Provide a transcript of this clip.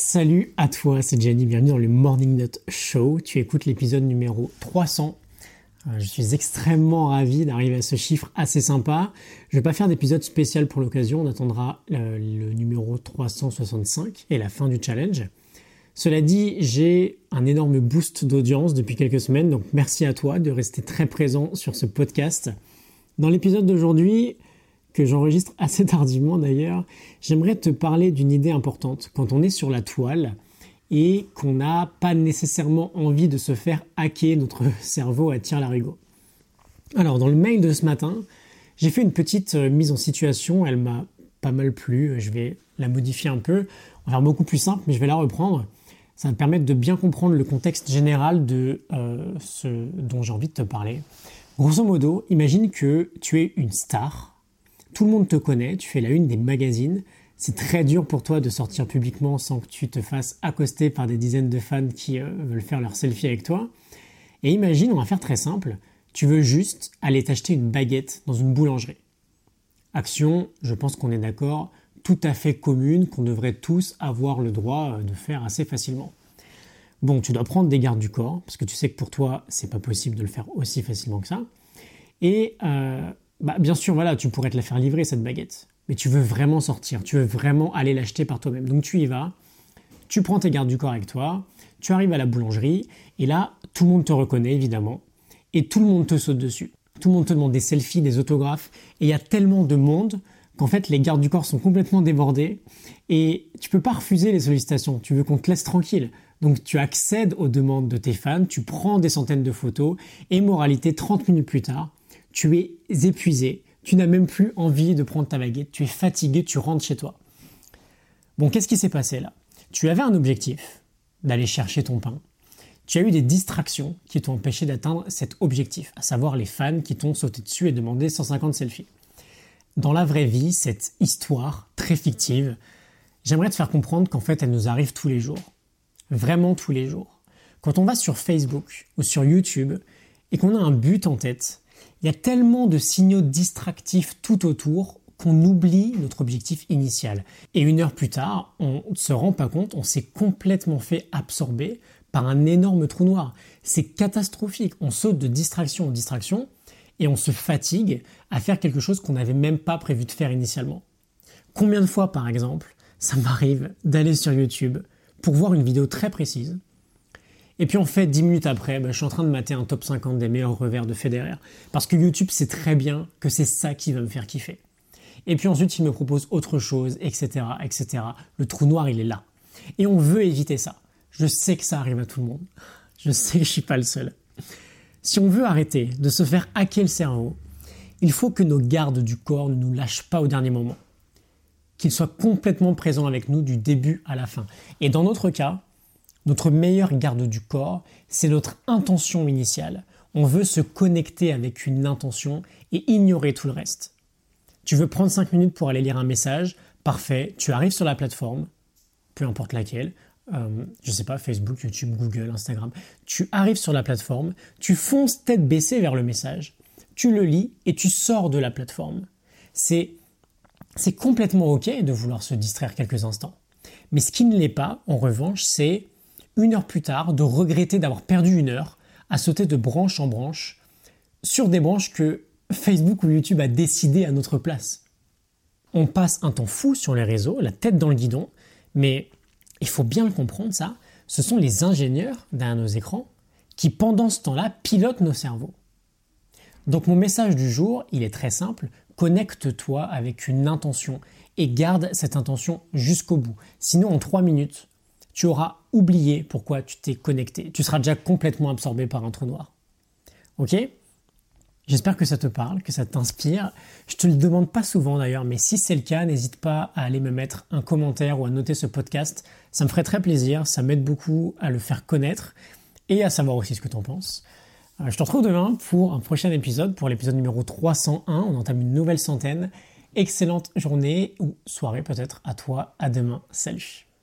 Salut à toi, c'est Gianni, bienvenue dans le Morning Note Show. Tu écoutes l'épisode numéro 300. Je suis extrêmement ravi d'arriver à ce chiffre assez sympa. Je ne vais pas faire d'épisode spécial pour l'occasion, on attendra le numéro 365 et la fin du challenge. Cela dit, j'ai un énorme boost d'audience depuis quelques semaines, donc merci à toi de rester très présent sur ce podcast. Dans l'épisode d'aujourd'hui, que j'enregistre assez tardivement d'ailleurs, j'aimerais te parler d'une idée importante. Quand on est sur la toile et qu'on n'a pas nécessairement envie de se faire hacker, notre cerveau attire l'arigot. Alors dans le mail de ce matin, j'ai fait une petite mise en situation, elle m'a pas mal plu, je vais la modifier un peu, on va faire beaucoup plus simple, mais je vais la reprendre. Ça va te permettre de bien comprendre le contexte général de ce dont j'ai envie de te parler. Grosso modo, imagine que tu es une star. Tout le monde te connaît, tu fais la une des magazines. C'est très dur pour toi de sortir publiquement sans que tu te fasses accoster par des dizaines de fans qui veulent faire leur selfie avec toi. Et imagine, on va faire très simple, tu veux juste aller t'acheter une baguette dans une boulangerie. Action, je pense qu'on est d'accord, tout à fait commune, qu'on devrait tous avoir le droit de faire assez facilement. Bon, tu dois prendre des gardes du corps, parce que tu sais que pour toi, c'est pas possible de le faire aussi facilement que ça. Et bien sûr, voilà, tu pourrais te la faire livrer cette baguette, mais tu veux vraiment sortir, tu veux vraiment aller l'acheter par toi-même. Donc tu y vas, tu prends tes gardes du corps avec toi, tu arrives à la boulangerie, et là, tout le monde te reconnaît évidemment, et tout le monde te saute dessus. Tout le monde te demande des selfies, des autographes, et il y a tellement de monde qu'en fait les gardes du corps sont complètement débordés, et tu peux pas refuser les sollicitations, tu veux qu'on te laisse tranquille. Donc tu accèdes aux demandes de tes fans, tu prends des centaines de photos, et moralité, 30 minutes plus tard, tu es épuisé, tu n'as même plus envie de prendre ta baguette, tu es fatigué, tu rentres chez toi. Bon, qu'est-ce qui s'est passé là? Tu avais un objectif, d'aller chercher ton pain. Tu as eu des distractions qui t'ont empêché d'atteindre cet objectif, à savoir les fans qui t'ont sauté dessus et demandé 150 selfies. Dans la vraie vie, cette histoire très fictive, j'aimerais te faire comprendre qu'en fait, elle nous arrive tous les jours. Vraiment tous les jours. Quand on va sur Facebook ou sur YouTube et qu'on a un but en tête, il y a tellement de signaux distractifs tout autour qu'on oublie notre objectif initial. Et une heure plus tard, on ne se rend pas compte, on s'est complètement fait absorber par un énorme trou noir. C'est catastrophique. On saute de distraction en distraction et on se fatigue à faire quelque chose qu'on n'avait même pas prévu de faire initialement. Combien de fois, par exemple, ça m'arrive d'aller sur YouTube pour voir une vidéo très précise. Et puis en fait, 10 minutes après, je suis en train de mater un top 50 des meilleurs revers de Federer. Parce que YouTube sait très bien que c'est ça qui va me faire kiffer. Et puis ensuite, il me propose autre chose, etc., etc. Le trou noir, il est là. Et on veut éviter ça. Je sais que ça arrive à tout le monde. Je sais que je suis pas le seul. Si on veut arrêter de se faire hacker le cerveau, il faut que nos gardes du corps ne nous lâchent pas au dernier moment. Qu'ils soient complètement présents avec nous du début à la fin. Et dans notre cas, notre meilleure garde du corps, c'est notre intention initiale. On veut se connecter avec une intention et ignorer tout le reste. Tu veux prendre 5 minutes pour aller lire un message, parfait, tu arrives sur la plateforme, peu importe laquelle, je sais pas, Facebook, YouTube, Google, Instagram, tu arrives sur la plateforme, tu fonces tête baissée vers le message, tu le lis et tu sors de la plateforme. C'est complètement ok de vouloir se distraire quelques instants. Mais ce qui ne l'est pas, en revanche, c'est une heure plus tard, de regretter d'avoir perdu une heure à sauter de branche en branche sur des branches que Facebook ou YouTube a décidé à notre place. On passe un temps fou sur les réseaux, la tête dans le guidon, mais il faut bien le comprendre ça, ce sont les ingénieurs derrière nos écrans qui pendant ce temps-là pilotent nos cerveaux. Donc mon message du jour, il est très simple, connecte-toi avec une intention et garde cette intention jusqu'au bout. Sinon en 3 minutes, tu auras oublié pourquoi tu t'es connecté. Tu seras déjà complètement absorbé par un trou noir. Ok? J'espère que ça te parle, que ça t'inspire. Je te le demande pas souvent d'ailleurs, mais si c'est le cas, n'hésite pas à aller me mettre un commentaire ou à noter ce podcast. Ça me ferait très plaisir, ça m'aide beaucoup à le faire connaître et à savoir aussi ce que tu en penses. Je te retrouve demain pour un prochain épisode, pour l'épisode numéro 301. On entame une nouvelle centaine. Excellente journée ou soirée peut-être à toi. À demain. Salut.